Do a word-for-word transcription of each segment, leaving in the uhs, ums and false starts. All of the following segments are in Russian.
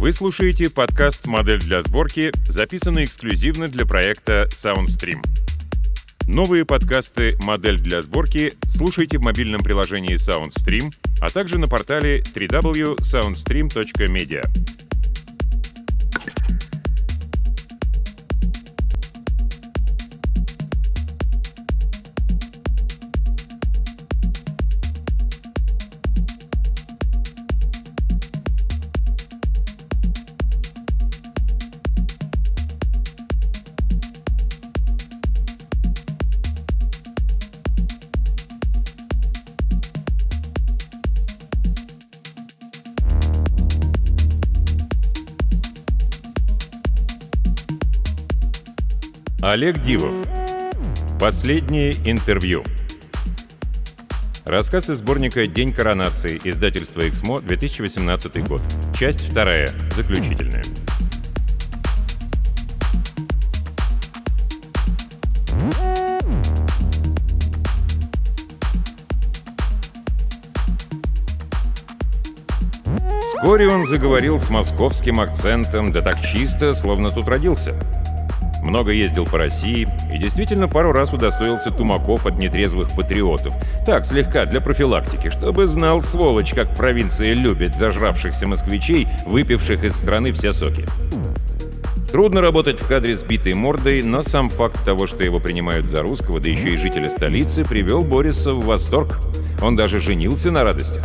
Вы слушаете подкаст «Модель для сборки», записанный эксклюзивно для проекта SoundStream. Новые подкасты «Модель для сборки» слушайте в мобильном приложении SoundStream, а также на портале дабл ю дабл ю дабл ю точка саундстрим точка медиа. Олег Дивов. Последнее интервью. Рассказ из сборника «День коронации», издательство «Эксмо», две тысячи восемнадцатый год. Часть вторая, заключительная. Вскоре он заговорил с московским акцентом, да так чисто, словно тут родился. Много ездил по России и действительно пару раз удостоился тумаков от нетрезвых патриотов. Так, слегка, для профилактики, чтобы знал, сволочь, как провинция любит зажравшихся москвичей, выпивших из страны все соки. Трудно работать в кадре с битой мордой, но сам факт того, что его принимают за русского, да еще и жителя столицы, привел Бориса в восторг. Он даже женился на радостях.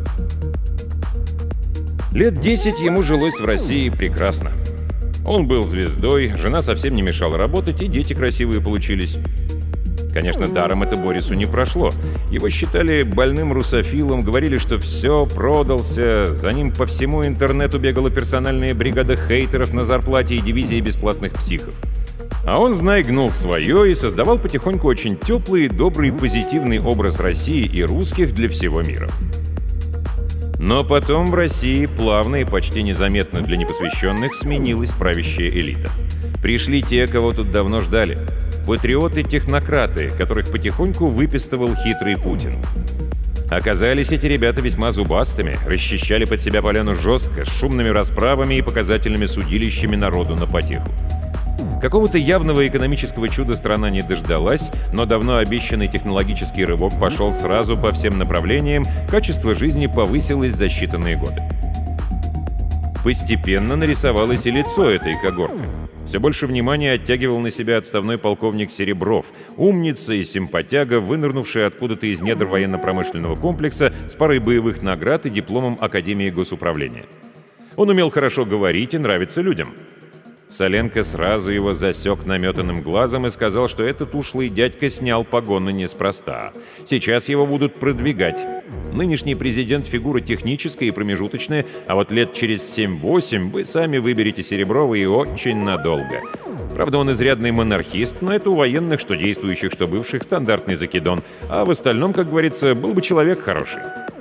Лет десять ему жилось в России прекрасно. Он был звездой, жена совсем не мешала работать, и дети красивые получились. Конечно, даром это Борису не прошло. Его считали больным русофилом, говорили, что все, продался. За ним по всему интернету бегала персональная бригада хейтеров на зарплате и дивизия бесплатных психов. А он, знай, гнул свое и создавал потихоньку очень теплый, добрый, позитивный образ России и русских для всего мира. Но потом в России плавно и почти незаметно для непосвященных сменилась правящая элита. Пришли те, кого тут давно ждали. Патриоты-технократы, которых потихоньку выпистывал хитрый Путин. Оказались эти ребята весьма зубастыми, расчищали под себя поляну жестко, с шумными расправами и показательными судилищами народу на потеху. Какого-то явного экономического чуда страна не дождалась, но давно обещанный технологический рывок пошел сразу по всем направлениям, качество жизни повысилось за считанные годы. Постепенно нарисовалось и лицо этой когорты. Все больше внимания оттягивал на себя отставной полковник Серебров, умница и симпатяга, вынырнувший откуда-то из недр военно-промышленного комплекса с парой боевых наград и дипломом Академии госуправления. Он умел хорошо говорить и нравиться людям. Соленко сразу его засек наметанным глазом и сказал, что этот ушлый дядька снял погоны неспроста. Сейчас его будут продвигать. Нынешний президент — фигура техническая и промежуточная, а вот лет через семь-восемь вы сами выберете Сереброва и очень надолго. Правда, он изрядный монархист, но это у военных, что действующих, что бывших, стандартный закидон. А в остальном, как говорится, был бы человек хороший.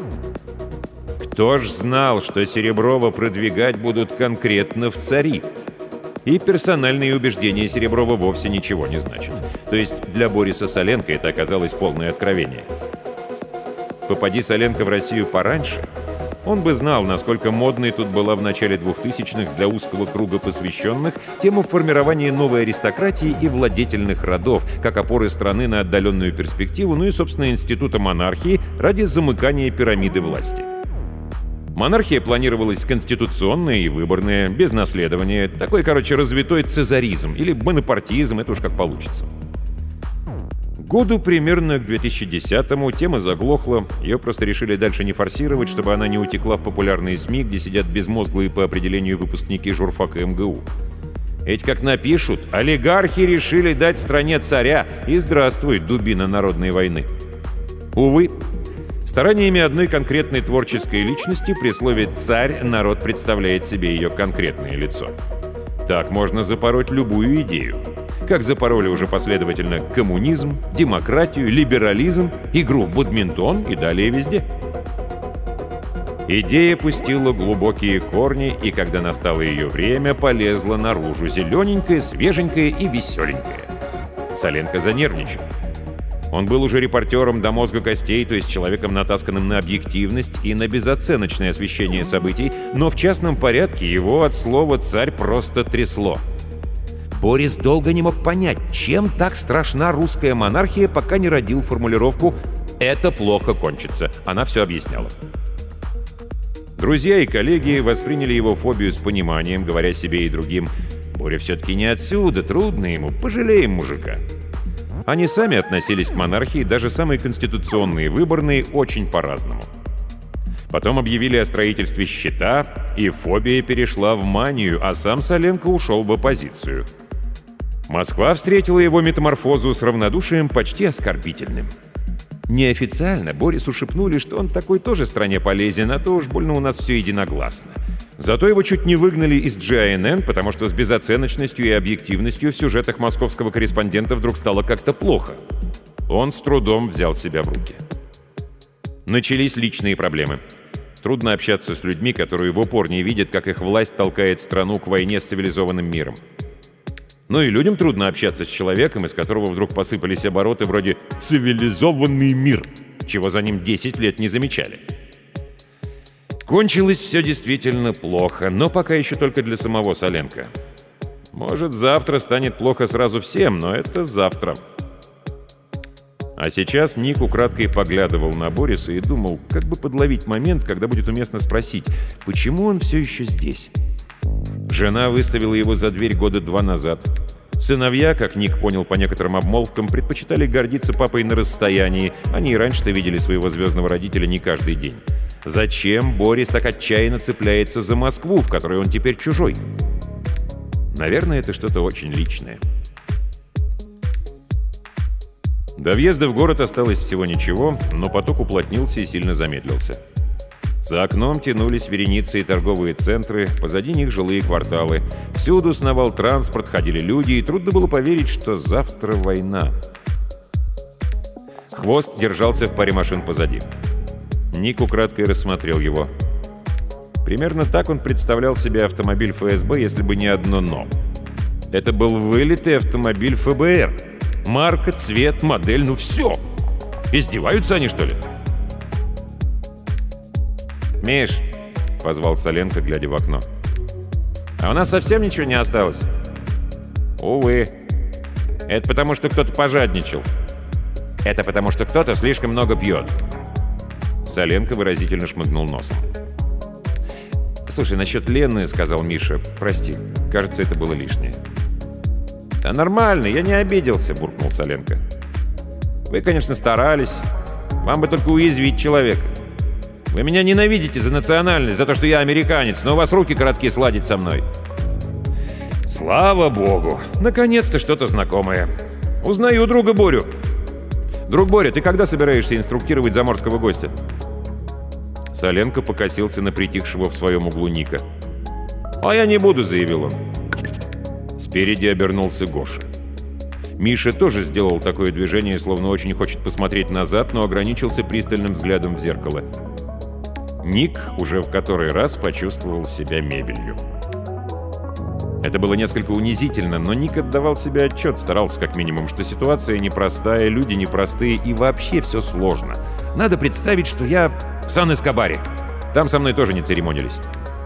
Кто ж знал, что Сереброва продвигать будут конкретно в цари? И персональные убеждения Сереброва вовсе ничего не значат. То есть для Бориса Соленко это оказалось полное откровение. Попади Соленко в Россию пораньше, он бы знал, насколько модной тут была в начале двухтысячных для узкого круга посвященных тема формирования новой аристократии и владетельных родов, как опоры страны на отдаленную перспективу, ну и, собственно, института монархии ради замыкания пирамиды власти. Монархия планировалась конституционная и выборная, без наследования. Такой, короче, развитой цезаризм или бонапартизм, это уж как получится. Году примерно к две тысячи десятому тема заглохла, ее просто решили дальше не форсировать, чтобы она не утекла в популярные СМИ, где сидят безмозглые по определению выпускники журфака эм гэ у. Эти как напишут, олигархи решили дать стране царя, и здравствуй, дубина народной войны. Увы. Стараниями одной конкретной творческой личности при слове «царь» народ представляет себе ее конкретное лицо. Так можно запороть любую идею. Как запороли уже последовательно коммунизм, демократию, либерализм, игру в бадминтон и далее везде. Идея пустила глубокие корни, и когда настало ее время, полезла наружу, зелененькая, свеженькая и веселенькая. Соленко занервничал. Он был уже репортером до мозга костей, то есть человеком, натасканным на объективность и на безоценочное освещение событий, но в частном порядке его от слова «царь» просто трясло. Борис долго не мог понять, чем так страшна русская монархия, пока не родил формулировку «это плохо кончится». Она все объясняла. Друзья и коллеги восприняли его фобию с пониманием, говоря себе и другим: «Боря все-таки не отсюда, трудно ему, пожалеем мужика». Они сами относились к монархии, даже самые конституционные, выборные, очень по-разному. Потом объявили о строительстве щита, и фобия перешла в манию, а сам Соленко ушел в оппозицию. Москва встретила его метаморфозу с равнодушием почти оскорбительным. Неофициально Борису шепнули, что он такой тоже стране полезен, а то уж больно у нас все единогласно. Зато его чуть не выгнали из джи ай эн эн, потому что с безоценочностью и объективностью в сюжетах московского корреспондента вдруг стало как-то плохо. Он с трудом взял себя в руки. Начались личные проблемы. Трудно общаться с людьми, которые в упор не видят, как их власть толкает страну к войне с цивилизованным миром. Ну и людям трудно общаться с человеком, из которого вдруг посыпались обороты вроде «цивилизованный мир», чего за ним десять лет не замечали. Кончилось все действительно плохо, но пока еще только для самого Соленко. Может, завтра станет плохо сразу всем, но это завтра. А сейчас Ник украдкой поглядывал на Бориса и думал, как бы подловить момент, когда будет уместно спросить, почему он все еще здесь. Жена выставила его за дверь года два назад. Сыновья, как Ник понял по некоторым обмолвкам, предпочитали гордиться папой на расстоянии. Они и раньше-то видели своего звездного родителя не каждый день. Зачем Борис так отчаянно цепляется за Москву, в которой он теперь чужой? Наверное, это что-то очень личное. До въезда в город осталось всего ничего, но поток уплотнился и сильно замедлился. За окном тянулись вереницы и торговые центры, позади них жилые кварталы. Всюду сновал транспорт, ходили люди, и трудно было поверить, что завтра война. Хвост держался в паре машин позади. Ник украдкой рассмотрел его. Примерно так он представлял себе автомобиль эф эс бэ, если бы не одно «но». Это был вылитый автомобиль эф бэ эр. Марка, цвет, модель, ну все! Издеваются они, что ли? «Миш!» — позвал Соленко, глядя в окно. «А у нас совсем ничего не осталось?» «Увы. Это потому, что кто-то пожадничал. Это потому, что кто-то слишком много пьет». Соленко выразительно шмыгнул носом. «Слушай, насчет Лены, — сказал Миша, — прости, кажется, это было лишнее». «Да нормально, я не обиделся», — буркнул Соленко. «Вы, конечно, старались. Вам бы только уязвить человека. Вы меня ненавидите за национальность, за то, что я американец, но у вас руки короткие сладить со мной». «Слава богу! Наконец-то что-то знакомое. Узнаю друга Борю. Друг Боря, ты когда собираешься инструктировать заморского гостя?» Соленко покосился на притихшего в своем углу Ника. «А я не буду», — заявил он. Спереди обернулся Гоша. Миша тоже сделал такое движение, словно очень хочет посмотреть назад, но ограничился пристальным взглядом в зеркало. Ник уже в который раз почувствовал себя мебелью. Это было несколько унизительно, но Ник отдавал себе отчет, старался как минимум, что ситуация непростая, люди непростые и вообще все сложно. Надо представить, что я в Сан-Эскобаре. Там со мной тоже не церемонились.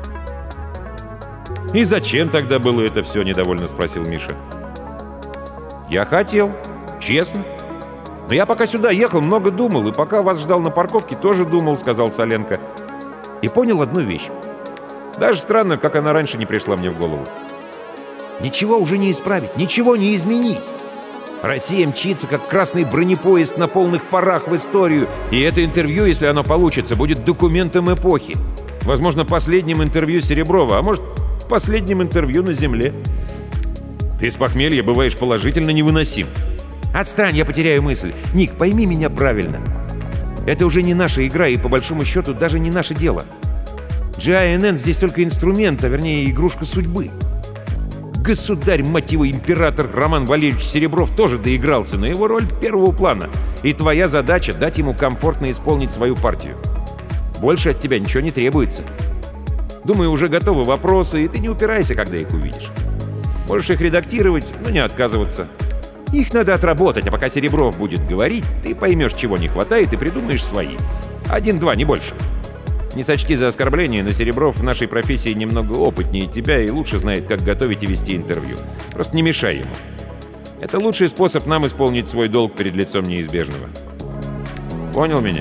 «И зачем тогда было это все?» — недовольно спросил Миша. «Я хотел. Честно. Но я пока сюда ехал, много думал, и пока вас ждал на парковке, тоже думал», — сказал Соленко. И понял одну вещь. Даже странно, как она раньше не пришла мне в голову. Ничего уже не исправить, ничего не изменить. Россия мчится, как красный бронепоезд на полных парах в историю, и это интервью, если оно получится, будет документом эпохи. Возможно, последним интервью Сереброва, а может, последним интервью на Земле. Ты с похмелья бываешь положительно невыносим. Отстань, я потеряю мысль. Ник, пойми меня правильно. Это уже не наша игра и, по большому счету, даже не наше дело. джи ай эн эн здесь только инструмент, а вернее игрушка судьбы. Государь, мать его, император Роман Валерьевич Серебров тоже доигрался, но его роль первого плана. И твоя задача — дать ему комфортно исполнить свою партию. Больше от тебя ничего не требуется. Думаю, уже готовы вопросы, и ты не упирайся, когда их увидишь. Можешь их редактировать, но не отказываться. Их надо отработать, а пока Серебров будет говорить, ты поймешь, чего не хватает, и придумаешь свои. Один-два, не больше. Не сочти за оскорбление, но Серебров в нашей профессии немного опытнее тебя и лучше знает, как готовить и вести интервью. Просто не мешай ему. Это лучший способ нам исполнить свой долг перед лицом неизбежного. Понял меня?»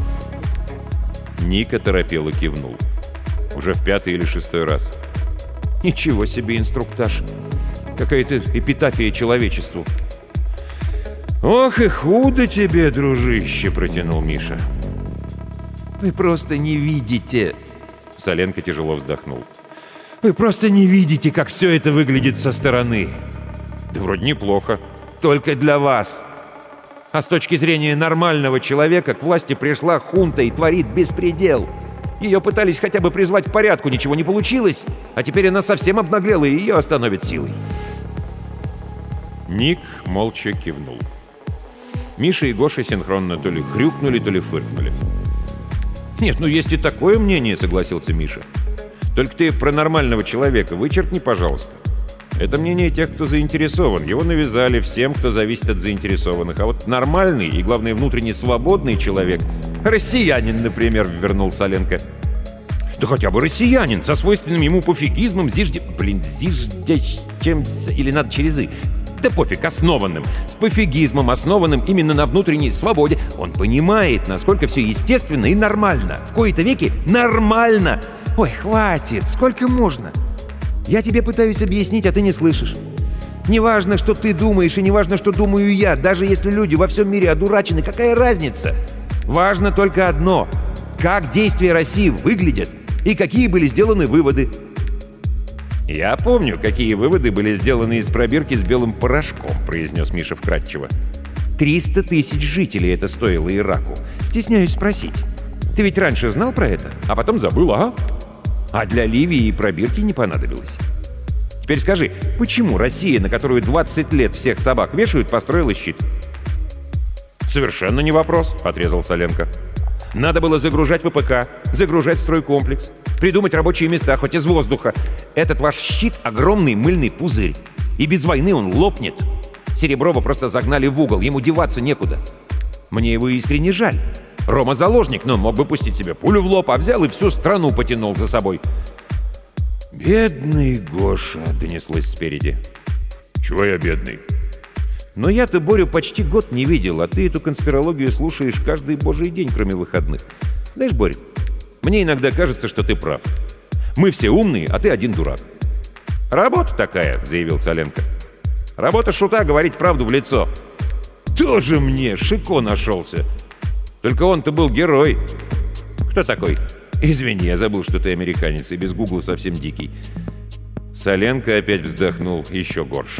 Ник оторопело кивнул. Уже в пятый или шестой раз. «Ничего себе инструктаж! Какая-то эпитафия человечеству!» «Ох и худо тебе, дружище!» — протянул Миша. «Вы просто не видите!» — Соленко тяжело вздохнул. «Вы просто не видите, как все это выглядит со стороны!» «Да вроде неплохо. Только для вас. А с точки зрения нормального человека к власти пришла хунта и творит беспредел. Ее пытались хотя бы призвать к порядку, ничего не получилось. А теперь она совсем обнаглела, и ее остановят силой». Ник молча кивнул. Миша и Гоша синхронно то ли хрюкнули, то ли фыркнули. «Нет, ну есть и такое мнение», — согласился Миша. «Только ты про нормального человека вычеркни, пожалуйста. Это мнение тех, кто заинтересован. Его навязали всем, кто зависит от заинтересованных. А вот нормальный и, главное, внутренне свободный человек — россиянин, например», — вернул Соленко. «Да хотя бы россиянин, со свойственным ему пофигизмом, зиждя... Блин, зиждячем... Или надо через «и». Да пофиг, основанным. С пофигизмом, основанным именно на внутренней свободе. Он понимает, насколько все естественно и нормально. В кои-то веки нормально. Ой, хватит, сколько можно? Я тебе пытаюсь объяснить, а ты не слышишь. Неважно, что ты думаешь, и неважно, что думаю я. Даже если люди во всем мире одурачены, какая разница? Важно только одно. Как действия России выглядят и какие были сделаны выводы. «Я помню, какие выводы были сделаны из пробирки с белым порошком», — произнес Миша вкратчиво. «Триста тысяч жителей это стоило Ираку. Стесняюсь спросить. Ты ведь раньше знал про это, а потом забыл, а? А для Ливии и пробирки не понадобилось. Теперь скажи, почему Россия, на которую двадцать лет всех собак вешают, построила щит?» «Совершенно не вопрос», — отрезал Соленко. «Надо было загружать ВПК, загружать стройкомплекс, придумать рабочие места, хоть из воздуха. Этот ваш щит — огромный мыльный пузырь. И без войны он лопнет. Сереброва просто загнали в угол, ему деваться некуда. Мне его искренне жаль. Рома заложник, но мог бы пустить себе пулю в лоб, а взял и всю страну потянул за собой». «Бедный Гоша», — донеслось спереди. «Чего я бедный?» «Но я-то Борю почти год не видел, а ты эту конспирологию слушаешь каждый божий день, кроме выходных. Знаешь, Борь, мне иногда кажется, что ты прав. Мы все умные, а ты один дурак». «Работа такая», — заявил Соленко. «Работа шута — говорить правду в лицо». «Тоже мне Шико нашелся. Только он-то был герой». «Кто такой?» «Извини, я забыл, что ты американец, и без гугла совсем дикий». Соленко опять вздохнул еще горше.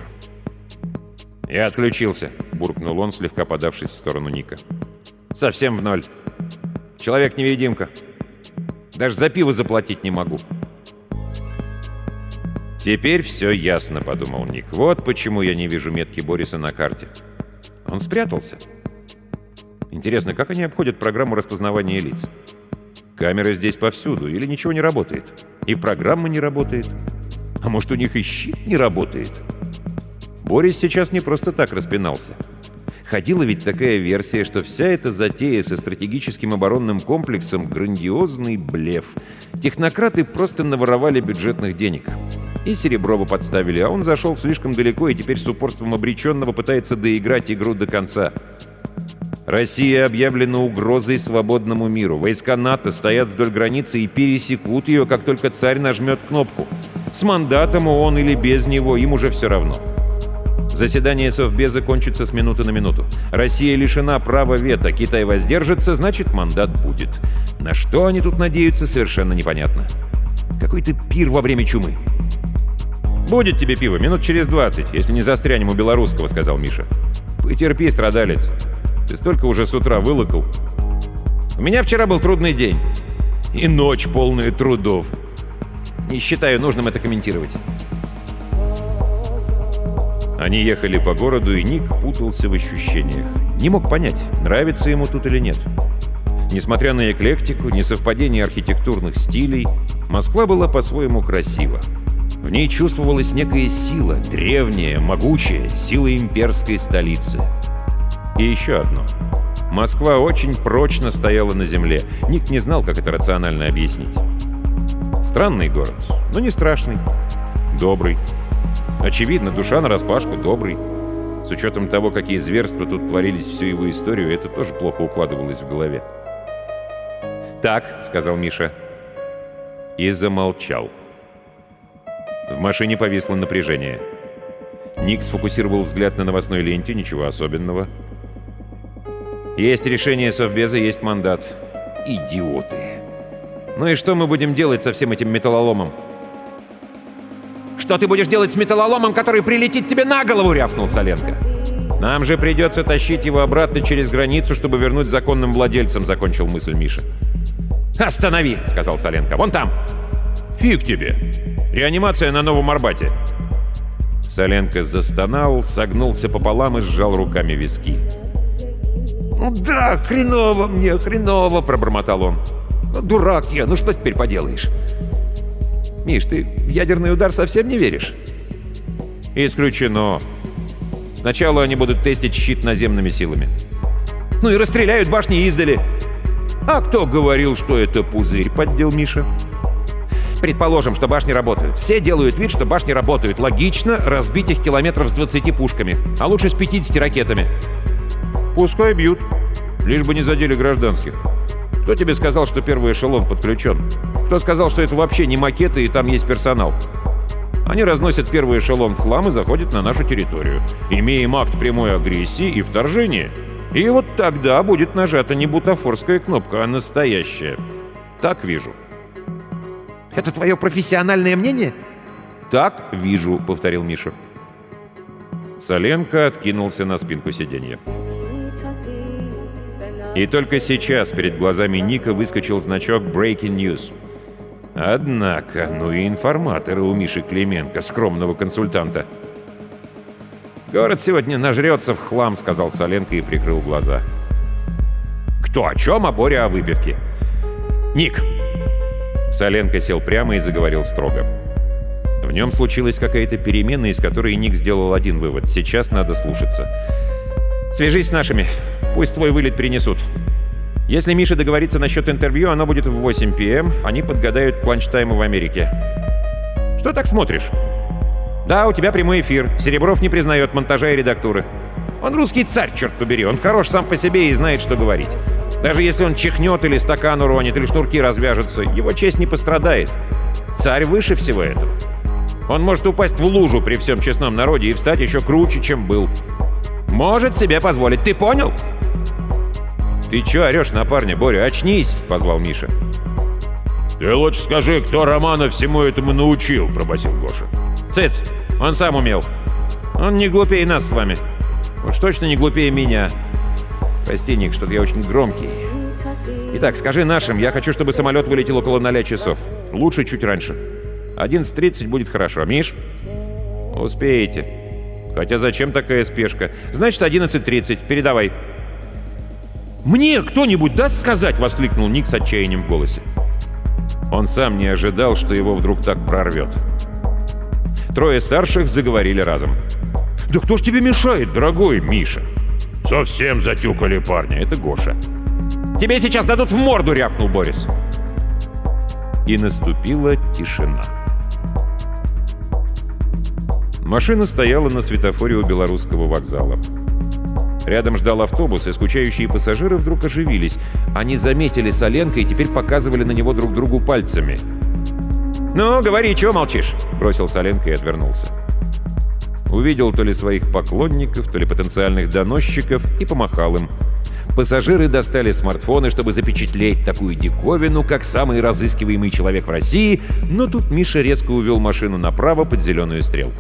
«Я отключился», — буркнул он, слегка подавшись в сторону Ника. «Совсем в ноль. Человек-невидимка. Даже за пиво заплатить не могу». «Теперь все ясно», — подумал Ник. «Вот почему я не вижу метки Бориса на карте. Он спрятался. Интересно, как они обходят программу распознавания лиц? Камеры здесь повсюду, или ничего не работает? И программа не работает? А может, у них и щит не работает?» Борис сейчас не просто так распинался. Ходила ведь такая версия, что вся эта затея со стратегическим оборонным комплексом — грандиозный блеф. Технократы просто наворовали бюджетных денег. И Сереброва подставили, а он зашел слишком далеко и теперь с упорством обреченного пытается доиграть игру до конца. Россия объявлена угрозой свободному миру. Войска НАТО стоят вдоль границы и пересекут ее, как только царь нажмет кнопку. С мандатом он или без него, им уже все равно. Заседание Совбеза кончится с минуты на минуту. Россия лишена права вето, Китай воздержится, значит, мандат будет. На что они тут надеются, совершенно непонятно. Какой-то пир во время чумы. «Будет тебе пиво минут через двадцать, если не застрянем у белорусского», — сказал Миша. «Потерпи, страдалец. Ты столько уже с утра вылокал. У меня вчера был трудный день. И ночь, полная трудов. Не считаю нужным это комментировать». Они ехали по городу, и Ник путался в ощущениях. Не мог понять, нравится ему тут или нет. Несмотря на эклектику, несовпадение архитектурных стилей, Москва была по-своему красива. В ней чувствовалась некая сила, древняя, могучая, сила имперской столицы. И еще одно. Москва очень прочно стояла на земле. Ник не знал, как это рационально объяснить. Странный город, но не страшный. Добрый. Очевидно, душа нараспашку, добрый. С учетом того, какие зверства тут творились всю его историю, это тоже плохо укладывалось в голове. «Так», — сказал Миша. И замолчал. В машине повисло напряжение. Ник сфокусировал взгляд на новостной ленте, ничего особенного. «Есть решение Совбеза, есть мандат. Идиоты. Ну и что мы будем делать со всем этим металлоломом?» «Что ты будешь делать с металлоломом, который прилетит тебе на голову?» — рявкнул Соленко. «Нам же придется тащить его обратно через границу, чтобы вернуть законным владельцам», — закончил мысль Миша. «Останови!» — сказал Соленко. «Вон там!» «Фиг тебе! Реанимация на Новом Арбате!» Соленко застонал, согнулся пополам и сжал руками виски. «Ну да, хреново мне, хреново!» — пробормотал он. «Ну, дурак я, ну что теперь поделаешь?» «Миш, ты в ядерный удар совсем не веришь?» «Исключено. Сначала они будут тестить щит наземными силами». «Ну и расстреляют башни издали!» «А кто говорил, что это пузырь?» — поддел Миша. «Предположим, что башни работают. Все делают вид, что башни работают. Логично разбить их километров с двадцати пушками, а лучше с пятидесятью ракетами». «Пускай бьют, лишь бы не задели гражданских. Кто тебе сказал, что первый эшелон подключен? Кто сказал, что это вообще не макеты и там есть персонал? Они разносят первый эшелон в хлам и заходят на нашу территорию. Имеем акт прямой агрессии и вторжения. И вот тогда будет нажата не бутафорская кнопка, а настоящая. Так вижу». «Это твое профессиональное мнение?» «Так вижу», — повторил Миша. Соленко откинулся на спинку сиденья. И только сейчас перед глазами Ника выскочил значок «Breaking News». Однако, ну и информаторы у Миши Клименко, скромного консультанта. «Город сегодня нажрется в хлам», — сказал Соленко и прикрыл глаза. «Кто о чем, а Боря о выпивке?» «Ник!» Соленко сел прямо и заговорил строго. В нем случилась какая-то перемена, из которой Ник сделал один вывод. Сейчас надо слушаться. «Свяжись с нашими. Пусть твой вылет перенесут. Если Миша договорится насчет интервью, оно будет в восемь пэ эм. Они подгадают к ланчтайму в Америке. Что так смотришь? Да, у тебя прямой эфир. Серебров не признает монтажа и редактуры. Он русский царь, черт побери. Он хорош сам по себе и знает, что говорить. Даже если он чихнет или стакан уронит, или шнурки развяжутся, его честь не пострадает. Царь выше всего этого. Он может упасть в лужу при всем честном народе и встать еще круче, чем был. Может себе позволить. Ты понял?» «Ты че орешь на парня, Боря? Очнись!» — позвал Миша. «Ты лучше скажи, кто Романа всему этому научил», — пробасил Гоша. «Цыц! Он сам умел. Он не глупее нас с вами. Уж точно не глупее меня. Прости, Ник, что-то я очень громкий. Итак, скажи нашим, я хочу, чтобы самолет вылетел около ноля часов. Лучше чуть раньше. одиннадцать тридцать будет хорошо. Миш?» «Успеете. Хотя зачем такая спешка? Значит, одиннадцать тридцать. Передавай». «Мне кто-нибудь даст сказать?» — воскликнул Ник с отчаянием в голосе. Он сам не ожидал, что его вдруг так прорвет. Трое старших заговорили разом. «Да кто ж тебе мешает, дорогой Миша?» «Совсем затюкали парня». Это Гоша. «Тебе сейчас дадут в морду!» — рявкнул Борис. И наступила тишина. Машина стояла на светофоре у Белорусского вокзала. Рядом ждал автобус, и скучающие пассажиры вдруг оживились. Они заметили Соленко и теперь показывали на него друг другу пальцами. «Ну, говори, чего молчишь?» — бросил Соленко и отвернулся. Увидел то ли своих поклонников, то ли потенциальных доносчиков и помахал им. Пассажиры достали смартфоны, чтобы запечатлеть такую диковину, как самый разыскиваемый человек в России, но тут Миша резко увел машину направо под зеленую стрелку.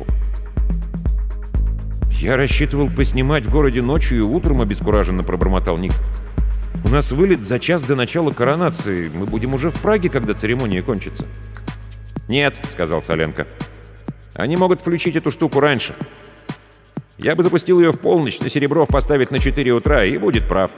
«Я рассчитывал поснимать в городе ночью и утром», — обескураженно пробормотал Ник. «У нас вылет за час до начала коронации. Мы будем уже в Праге, когда церемония кончится». «Нет», — сказал Соленко. «Они могут включить эту штуку раньше. Я бы запустил ее в полночь, но Серебров поставит на четыре утра и будет прав».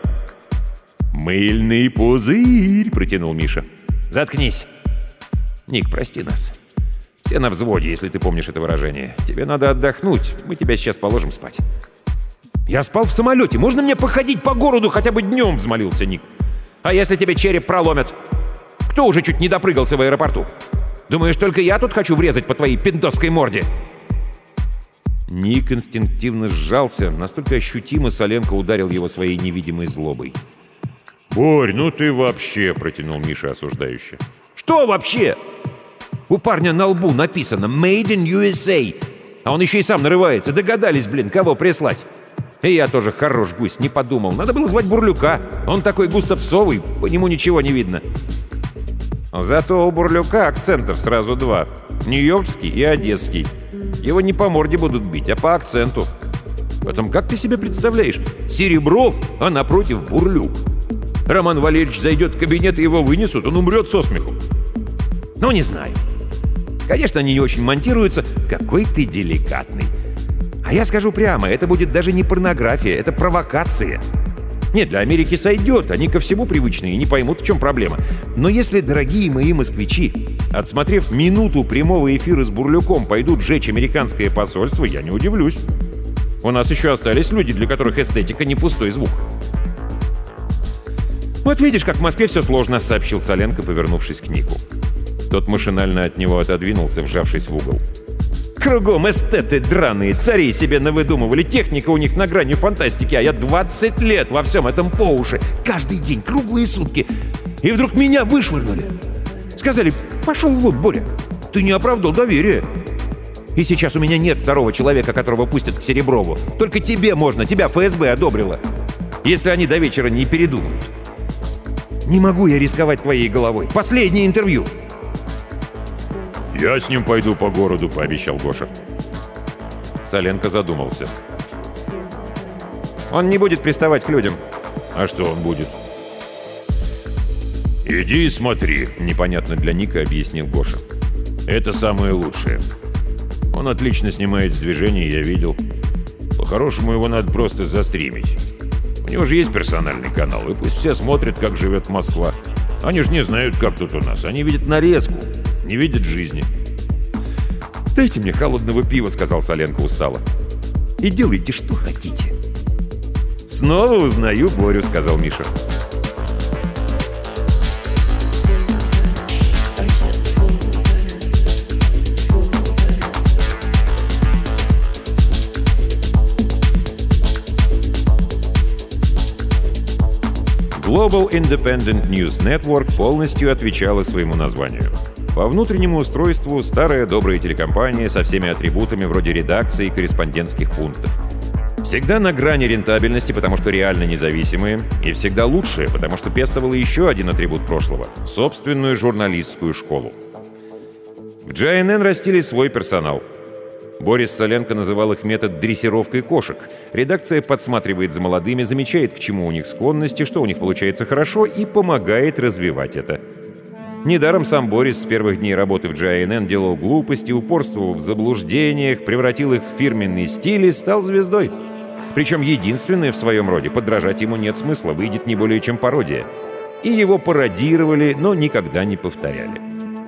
«Мыльный пузырь», — протянул Миша. «Заткнись». «Ник, прости нас. Все на взводе, если ты помнишь это выражение. Тебе надо отдохнуть, мы тебя сейчас положим спать». «Я спал в самолете, можно мне походить по городу хотя бы днем?» — взмолился Ник. «А если тебе череп проломят? Кто уже чуть не допрыгался в аэропорту? Думаешь, только я тут хочу врезать по твоей пиндосской морде?» Ник инстинктивно сжался, настолько ощутимо Соленко ударил его своей невидимой злобой. «Борь, ну ты вообще!» — протянул Миша осуждающе. «Что вообще? У парня на лбу написано «Made in ю эс эй», а он еще и сам нарывается. Догадались, блин, кого прислать. И я тоже хорош гусь, не подумал. Надо было звать Бурлюка. Он такой густо-псовый, по нему ничего не видно». Зато у Бурлюка акцентов сразу два. Нью-Йоркский и одесский. Его не по морде будут бить, а по акценту. Потом, как ты себе представляешь? Серебров, а напротив Бурлюк. Роман Валерьевич зайдет в кабинет и его вынесут, он умрет со смеху. Ну, не знаю. Конечно, они не очень монтируются. Какой ты деликатный. А я скажу прямо, это будет даже не порнография, это провокация. Нет, для Америки сойдет, они ко всему привычные и не поймут, в чем проблема. Но если, дорогие мои москвичи, отсмотрев минуту прямого эфира с Бурлюком, пойдут жечь американское посольство, я не удивлюсь. У нас еще остались люди, для которых эстетика не пустой звук. «Вот видишь, как в Москве все сложно», — сообщил Соленко, повернувшись к Нику. Тот машинально от него отодвинулся, вжавшись в угол. «Кругом эстеты драные, цари себе навыдумывали, техника у них на грани фантастики, а я двадцать лет во всем этом по уши, каждый день, круглые сутки. И вдруг меня вышвырнули. Сказали: пошел вон, Боря, ты не оправдал доверие. И сейчас у меня нет второго человека, которого пустят к Сереброву. Только тебе можно, тебя эф эс бэ одобрило. Если они до вечера не передумают. Не могу я рисковать твоей головой. Последнее интервью». «Я с ним пойду по городу», — пообещал Гоша. Соленко задумался. «Он не будет приставать к людям». «А что он будет?» «Иди и смотри», — непонятно для Ника объяснил Гоша. «Это самое лучшее. Он отлично снимает с движения, я видел. По-хорошему, его надо просто застримить. У него же есть персональный канал, и пусть все смотрят, как живет Москва. Они же не знают, как тут у нас. Они видят нарезку, не видят жизни». «Дайте мне холодного пива», — сказал Соленко устало. «И делайте, что хотите». «Снова узнаю Борю», — сказал Миша. Global Independent News Network полностью отвечала своему названию. По внутреннему устройству старая добрая телекомпания со всеми атрибутами вроде редакции и корреспондентских пунктов. Всегда на грани рентабельности, потому что реально независимые, и всегда лучшие, потому что пестовала еще один атрибут прошлого — собственную журналистскую школу. В джи эн эн растили свой персонал. Борис Соленко называл их метод дрессировкой кошек. Редакция подсматривает за молодыми, замечает, к чему у них склонности, что у них получается хорошо, и помогает развивать это. Недаром сам Борис с первых дней работы в джи эн эн делал глупости, упорствовал в заблуждениях, превратил их в фирменный стиль и стал звездой. Причем единственное в своем роде, подражать ему нет смысла, выйдет не более чем пародия. И его пародировали, но никогда не повторяли.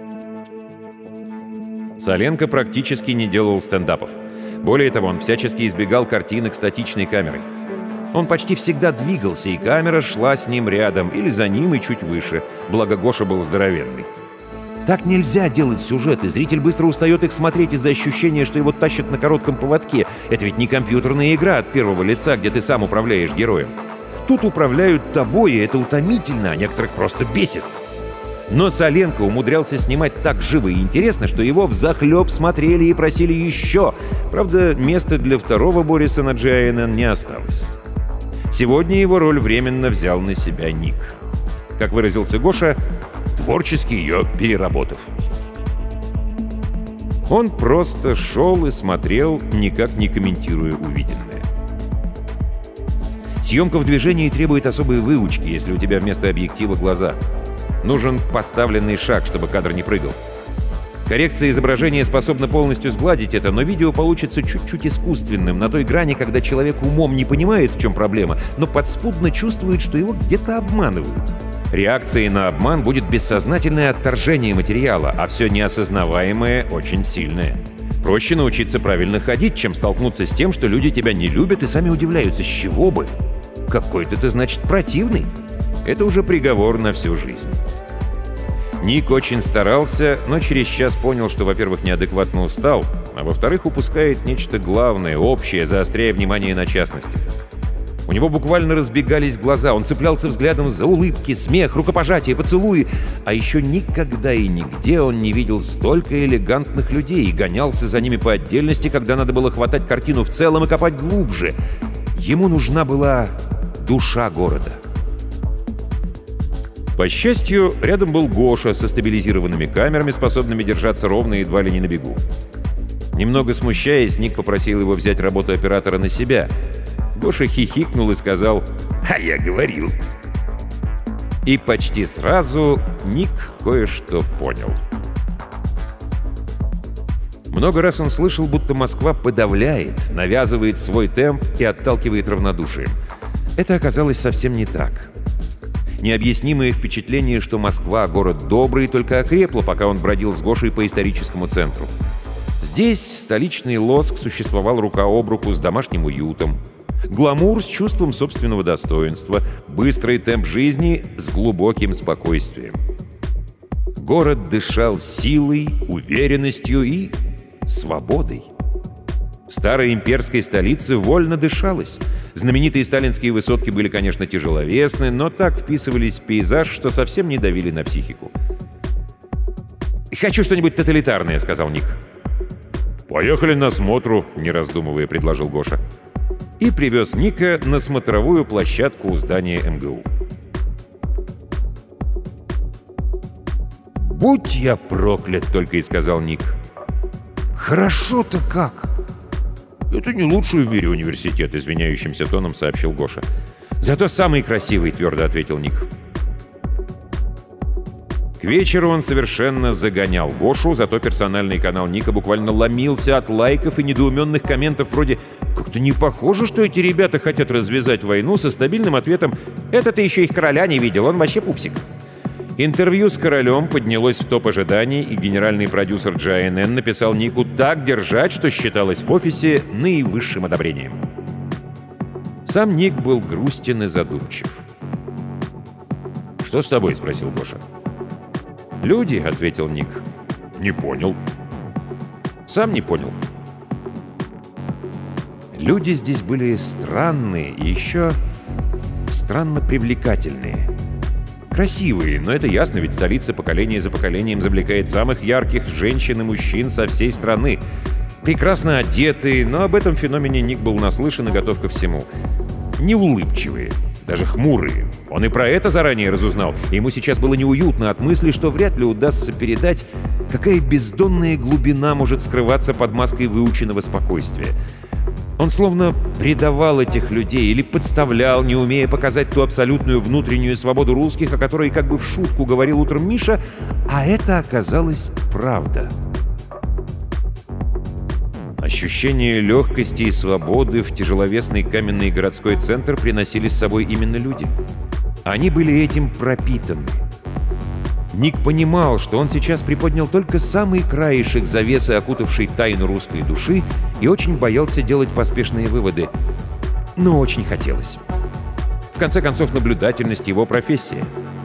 Соленко практически не делал стендапов. Более того, он всячески избегал картинок статичной камерой. Он почти всегда двигался, и камера шла с ним рядом или за ним и чуть выше, благо Гоша был здоровенный. Так нельзя делать сюжеты, зритель быстро устает их смотреть из-за ощущения, что его тащат на коротком поводке. Это ведь не компьютерная игра от первого лица, где ты сам управляешь героем. Тут управляют тобой, и это утомительно, а некоторых просто бесит. Но Соленко умудрялся снимать так живо и интересно, что его взахлеб смотрели и просили еще. Правда, места для второго Бориса на джи эн эн не осталось. Сегодня его роль временно взял на себя Ник. Как выразился Гоша, творчески ее переработав. Он просто шел и смотрел, никак не комментируя увиденное. Съемка в движении требует особой выучки, если у тебя вместо объектива глаза. Нужен поставленный шаг, чтобы кадр не прыгал. Коррекция изображения способна полностью сгладить это, но видео получится чуть-чуть искусственным, на той грани, когда человек умом не понимает, в чем проблема, но подспудно чувствует, что его где-то обманывают. Реакцией на обман будет бессознательное отторжение материала, а все неосознаваемое очень сильное. Проще научиться правильно ходить, чем столкнуться с тем, что люди тебя не любят и сами удивляются, с чего бы. Какой-то ты, значит, противный. Это уже приговор на всю жизнь. Ник очень старался, но через час понял, что, во-первых, неадекватно устал, а во-вторых, упускает нечто главное, общее, заостряя внимание на частностях. У него буквально разбегались глаза, он цеплялся взглядом за улыбки, смех, рукопожатия, поцелуи. А еще никогда и нигде он не видел столько элегантных людей и гонялся за ними по отдельности, когда надо было хватать картину в целом и копать глубже. Ему нужна была душа города. По счастью, рядом был Гоша со стабилизированными камерами, способными держаться ровно и едва ли не на бегу. Немного смущаясь, Ник попросил его взять работу оператора на себя. Гоша хихикнул и сказал: «А я говорил». И почти сразу Ник кое-что понял. Много раз он слышал, будто Москва подавляет, навязывает свой темп и отталкивает равнодушием. Это оказалось совсем не так. Необъяснимое впечатление, что Москва — город добрый, только окрепло, пока он бродил с Гошей по историческому центру. Здесь столичный лоск существовал рука об руку с домашним уютом. Гламур с чувством собственного достоинства, быстрый темп жизни с глубоким спокойствием. Город дышал силой, уверенностью и свободой. В старой имперской столице вольно дышалось. Знаменитые сталинские высотки были, конечно, тяжеловесны, но так вписывались в пейзаж, что совсем не давили на психику. «Хочу что-нибудь тоталитарное», — сказал Ник. «Поехали на смотру», — не раздумывая, предложил Гоша. И привез Ника на смотровую площадку у здания эм гэ у. «Будь я проклят!» — только и сказал Ник. «Хорошо-то как!» «Это не лучший в мире университет», — извиняющимся тоном сообщил Гоша. «Зато самый красивый», — твердо ответил Ник. К вечеру он совершенно загонял Гошу, зато персональный канал Ника буквально ломился от лайков и недоуменных комментов вроде «Как-то не похоже, что эти ребята хотят развязать войну», со стабильным ответом «Это ты еще их короля не видел, он вообще пупсик». Интервью с королем поднялось в топ ожиданий, и генеральный продюсер джи эн эн написал Нику так держать, что считалось в офисе наивысшим одобрением. Сам Ник был грустен и задумчив. «Что с тобой?» — спросил Гоша. «Люди», — ответил Ник. «Не понял». «Сам не понял». Люди здесь были странные и еще странно привлекательные. Красивые, но это ясно, ведь столица поколение за поколением завлекает самых ярких женщин и мужчин со всей страны. Прекрасно одетые, но об этом феномене Ник был наслышан и готов ко всему. Неулыбчивые, даже хмурые. Он и про это заранее разузнал, и ему сейчас было неуютно от мысли, что вряд ли удастся передать, какая бездонная глубина может скрываться под маской выученного спокойствия. Он словно предавал этих людей или подставлял, не умея показать ту абсолютную внутреннюю свободу русских, о которой как бы в шутку говорил утром Миша, а это оказалось правда. Ощущение легкости и свободы в тяжеловесный каменный городской центр приносили с собой именно люди. Они были этим пропитаны. Ник понимал, что он сейчас приподнял только самый краешек завесы, окутавшей тайну русской души, и очень боялся делать поспешные выводы. Но очень хотелось. В конце концов, наблюдательность — его профессия.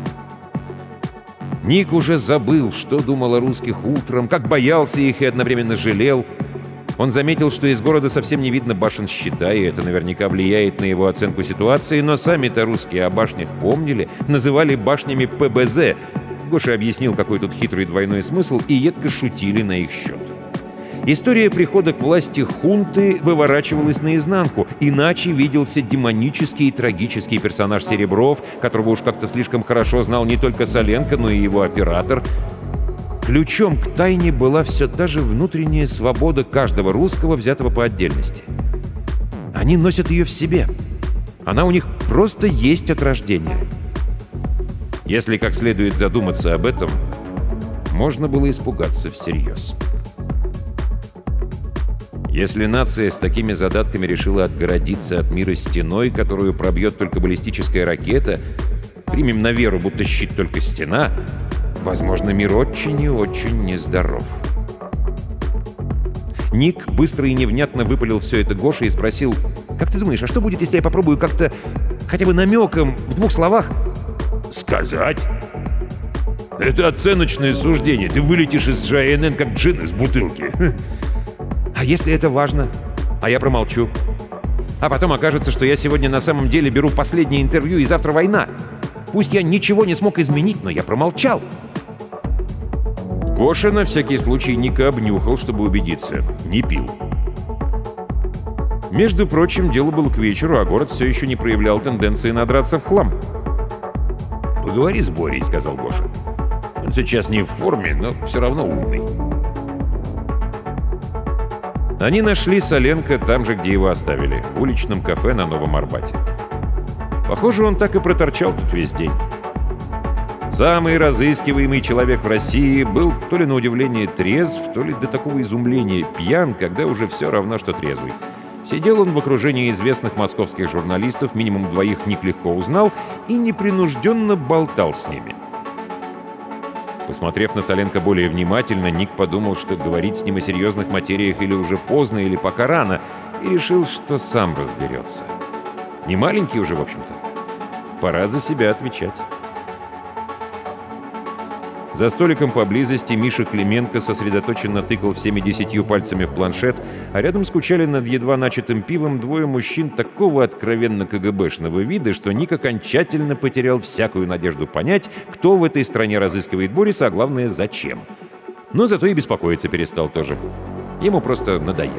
Ник уже забыл, что думал о русских утром, как боялся их и одновременно жалел. Он заметил, что из города совсем не видно башен щита, и это наверняка влияет на его оценку ситуации, но сами-то русские о башнях помнили, называли башнями пэ бэ зэ. Гоша объяснил, какой тут хитрый двойной смысл, и едко шутили на их счет. История прихода к власти хунты выворачивалась наизнанку, иначе виделся демонический и трагический персонаж Серебров, которого уж как-то слишком хорошо знал не только Соленко, но и его оператор. Ключом к тайне была все та же внутренняя свобода каждого русского, взятого по отдельности. Они носят ее в себе. Она у них просто есть от рождения. Если как следует задуматься об этом, можно было испугаться всерьез. Если нация с такими задатками решила отгородиться от мира стеной, которую пробьет только баллистическая ракета, примем на веру, будто щит только стена, возможно, мир очень и очень нездоров. Ник быстро и невнятно выпалил все это Гоше и спросил: «Как ты думаешь, а что будет, если я попробую как-то, хотя бы намеком, в двух словах?» «Сказать? Это оценочное суждение. Ты вылетишь из джи эн эн как джин из бутылки». «А если это важно? А я промолчу. А потом окажется, что я сегодня на самом деле беру последнее интервью, и завтра война. Пусть я ничего не смог изменить, но я промолчал». Гоша на всякий случай Ника обнюхал, чтобы убедиться. Не пил. Между прочим, дело было к вечеру, а город все еще не проявлял тенденции надраться в хлам. «Поговори с Борей», — сказал Гоша. «Он сейчас не в форме, но все равно умный». Они нашли Соленко там же, где его оставили, в уличном кафе на Новом Арбате. Похоже, он так и проторчал тут весь день. Самый разыскиваемый человек в России был то ли на удивление трезв, то ли до такого изумления пьян, когда уже все равно, что трезвый. Сидел он в окружении известных московских журналистов, минимум двоих Ник легко узнал, и непринужденно болтал с ними. Посмотрев на Соленко более внимательно, Ник подумал, что говорить с ним о серьезных материях или уже поздно, или пока рано, и решил, что сам разберется. Не маленький уже, в общем-то. Пора за себя отвечать. За столиком поблизости Миша Клименко сосредоточенно тыкал всеми десятью пальцами в планшет, а рядом скучали над едва начатым пивом двое мужчин такого откровенно КГБшного вида, что Ник окончательно потерял всякую надежду понять, кто в этой стране разыскивает Бориса, а главное, зачем. Но зато и беспокоиться перестал тоже. Ему просто надоело.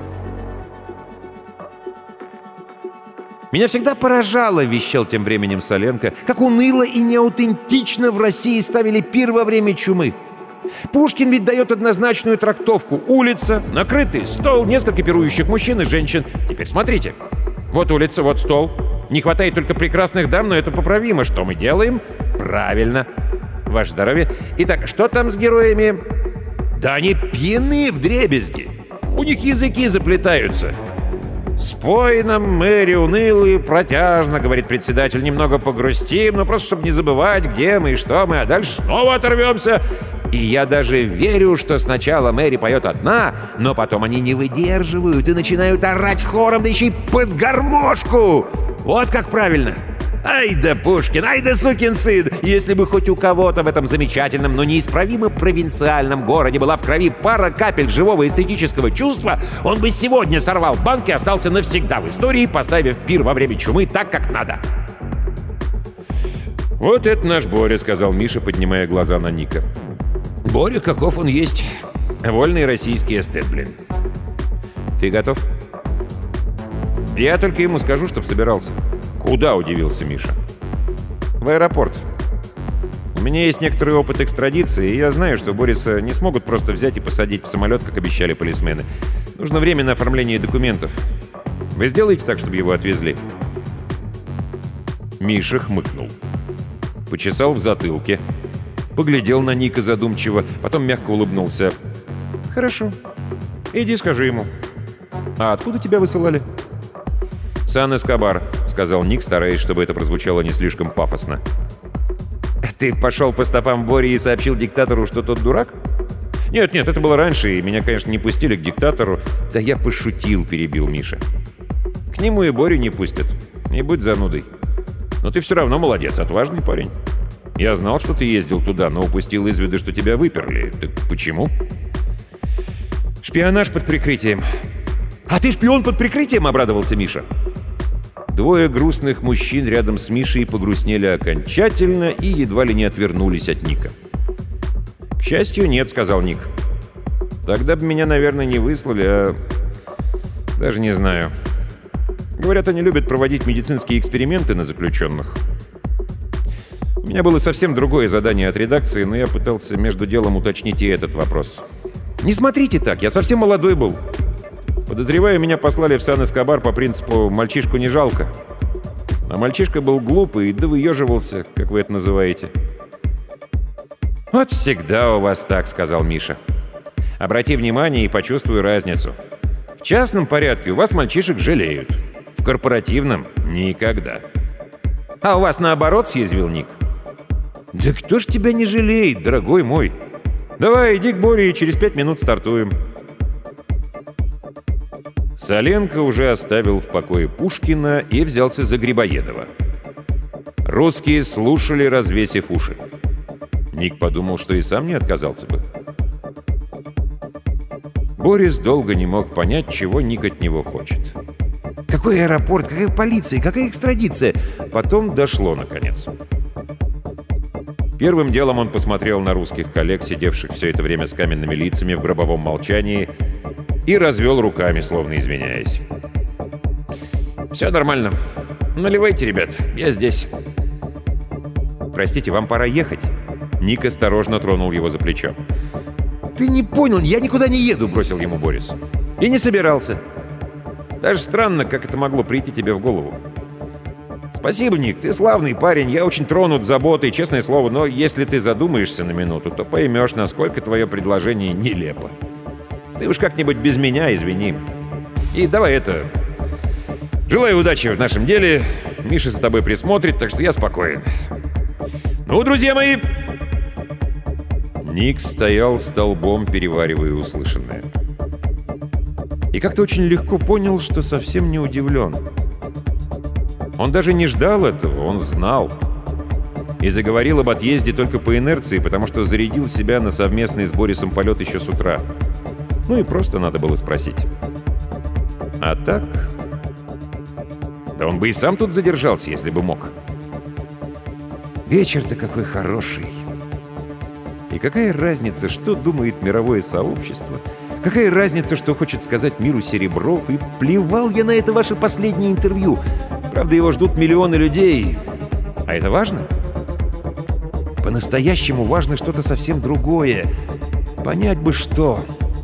«Меня всегда поражало, — вещал тем временем Соленко, — как уныло и неаутентично в России ставили пир во время чумы. Пушкин ведь дает однозначную трактовку. Улица, накрытый стол, несколько пирующих мужчин и женщин. Теперь смотрите. Вот улица, вот стол. Не хватает только прекрасных дам, но это поправимо. Что мы делаем? Правильно. Ваше здоровье. Итак, что там с героями? Да они пьяны вдребезги. У них языки заплетаются. «Спой нам, Мэри, унылый, протяжно, — говорит председатель, — немного погрустим, но просто чтобы не забывать, где мы и что мы, а дальше снова оторвемся». И я даже верю, что сначала Мэри поет одна, но потом они не выдерживают и начинают орать хором, да еще и под гармошку. Вот как правильно. Ай да Пушкин, ай да сукин сын! Если бы хоть у кого-то в этом замечательном, но неисправимо провинциальном городе была в крови пара капель живого эстетического чувства, он бы сегодня сорвал банк и остался навсегда в истории, поставив пир во время чумы так, как надо. «Вот это наш Боря», — сказал Миша, поднимая глаза на Ника. Боря, каков он есть. Вольный российский эстет, блин. Ты готов? Я только ему скажу, чтоб собирался. «Куда?» — удивился Миша. «В аэропорт. У меня есть некоторый опыт экстрадиции, и я знаю, что Бориса не смогут просто взять и посадить в самолет, как обещали полисмены. Нужно время на оформление документов. Вы сделаете так, чтобы его отвезли?» Миша хмыкнул. Почесал в затылке. Поглядел на Ника задумчиво, потом мягко улыбнулся. «Хорошо. Иди скажи ему». «А откуда тебя высылали?» «Сан-Эскобар», — сказал Ник, стараясь, чтобы это прозвучало не слишком пафосно. «Ты пошел по стопам Бори и сообщил диктатору, что тот дурак?» «Нет-нет, это было раньше, и меня, конечно, не пустили к диктатору». «Да я пошутил», — перебил Миша. «К нему и Борю не пустят. Не будь занудой. Но ты все равно молодец, отважный парень. Я знал, что ты ездил туда, но упустил из виду, что тебя выперли. Так почему?» «Шпионаж под прикрытием». «А ты шпион под прикрытием?» — обрадовался Миша. Двое грустных мужчин рядом с Мишей погрустнели окончательно и едва ли не отвернулись от Ника. «К счастью, нет», — сказал Ник. «Тогда бы меня, наверное, не выслали, а... даже не знаю. Говорят, они любят проводить медицинские эксперименты на заключенных. У меня было совсем другое задание от редакции, но я пытался между делом уточнить и этот вопрос. Не смотрите так, я совсем молодой был. Подозреваю, меня послали в Сан-Эскобар по принципу «мальчишку не жалко». А мальчишка был глупый, да выеживался, как вы это называете. «Вот всегда у вас так», — сказал Миша. «Обрати внимание и почувствуй разницу. В частном порядке у вас мальчишек жалеют. В корпоративном — никогда». «А у вас наоборот?» — съязвил Ник. «Да кто ж тебя не жалеет, дорогой мой? Давай, иди к Боре, и через пять минут стартуем». Соленко уже оставил в покое Пушкина и взялся за Грибоедова. Русские слушали, развесив уши. Ник подумал, что и сам не отказался бы. Борис долго не мог понять, чего Ник от него хочет. Какой аэропорт, какая полиция, какая экстрадиция? Потом дошло, наконец. Первым делом он посмотрел на русских коллег, сидевших все это время с каменными лицами в гробовом молчании, и развел руками, словно извиняясь. «Все нормально. Наливайте, ребят, я здесь». «Простите, вам пора ехать?» Ник осторожно тронул его за плечо. «Ты не понял, я никуда не еду», — бросил ему Борис. «И не собирался». «Даже странно, как это могло прийти тебе в голову». «Спасибо, Ник, ты славный парень, я очень тронут заботой, честное слово, но Если ты задумаешься на минуту, то поймешь, насколько твое предложение нелепо. Ты уж как-нибудь без меня извини. И давай это... Желаю удачи в нашем деле. Миша за тобой присмотрит, так что я спокоен. Ну, друзья мои...» Ник стоял столбом, переваривая услышанное. И как-то очень легко понял, что совсем не удивлен. Он даже не ждал этого, он знал. И заговорил об отъезде только по инерции, потому что зарядил себя на совместный с Борисом полет еще с утра. Ну и просто надо было спросить. А так... Да он бы и сам тут задержался, если бы мог. Вечер-то какой хороший. И какая разница, что думает мировое сообщество? Какая разница, что хочет сказать миру Серебров? И плевал я на это ваше последнее интервью. Правда, его ждут миллионы людей. А это важно? По-настоящему важно что-то совсем другое. Понять бы что.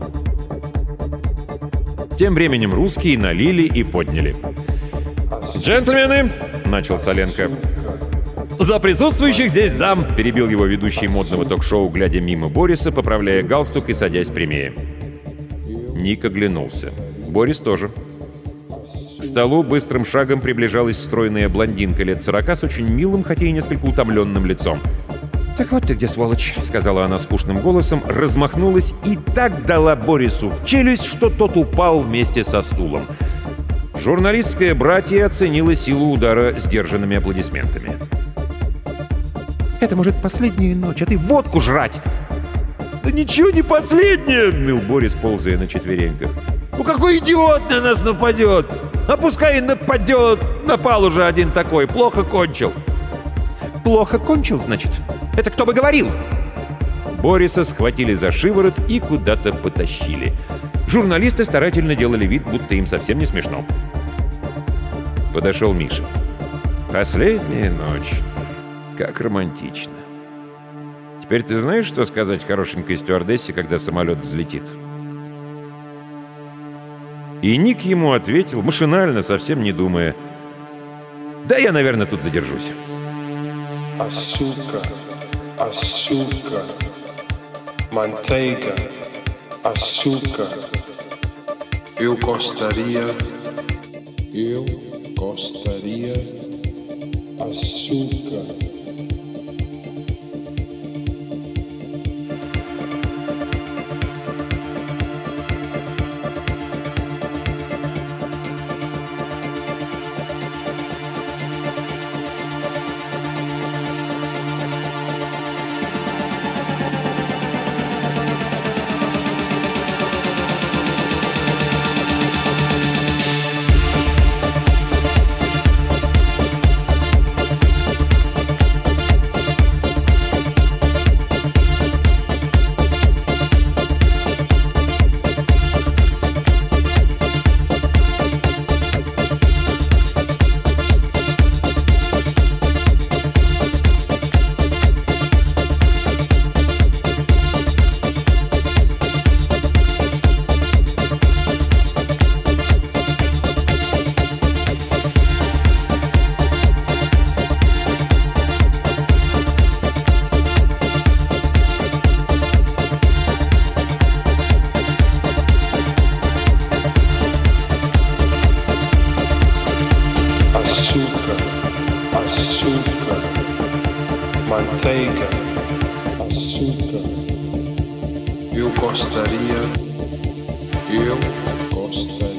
Тем временем русские налили и подняли. «Джентльмены!» — начал Соленко. «За присутствующих здесь дам!» — перебил его ведущий модного ток-шоу, глядя мимо Бориса, поправляя галстук и садясь прямее. Ник оглянулся. Борис тоже. К столу быстрым шагом приближалась стройная блондинка лет сорока с очень милым, хотя и несколько утомленным лицом. «Так вот ты где, сволочь!» — сказала она скучным голосом, размахнулась и так дала Борису в челюсть, что тот упал вместе со стулом. Журналистское братье оценило силу удара сдержанными аплодисментами. «Это, может, последняя ночь, а ты водку жрать!» «Да ничего не последнее!» — ныл Борис, ползая на четвереньках. «Ну какой идиот на нас нападет? А пускай и нападет! Напал уже один такой, плохо кончил!» «Плохо кончил, значит? Это кто бы говорил?» Бориса схватили за шиворот и куда-то потащили. Журналисты старательно делали вид, будто им совсем не смешно. Подошел Миша. «Последняя ночь. Как романтично. Теперь ты знаешь, что сказать хорошенькой стюардессе, когда самолет взлетит?» И Ник ему ответил, машинально, совсем не думая: «Да я, наверное, тут задержусь». Açúcar, açúcar, manteiga, açúcar. Eu gostaria, eu gostaria, açúcar. manteiga, açúcar. Eu gostaria, eu gostaria.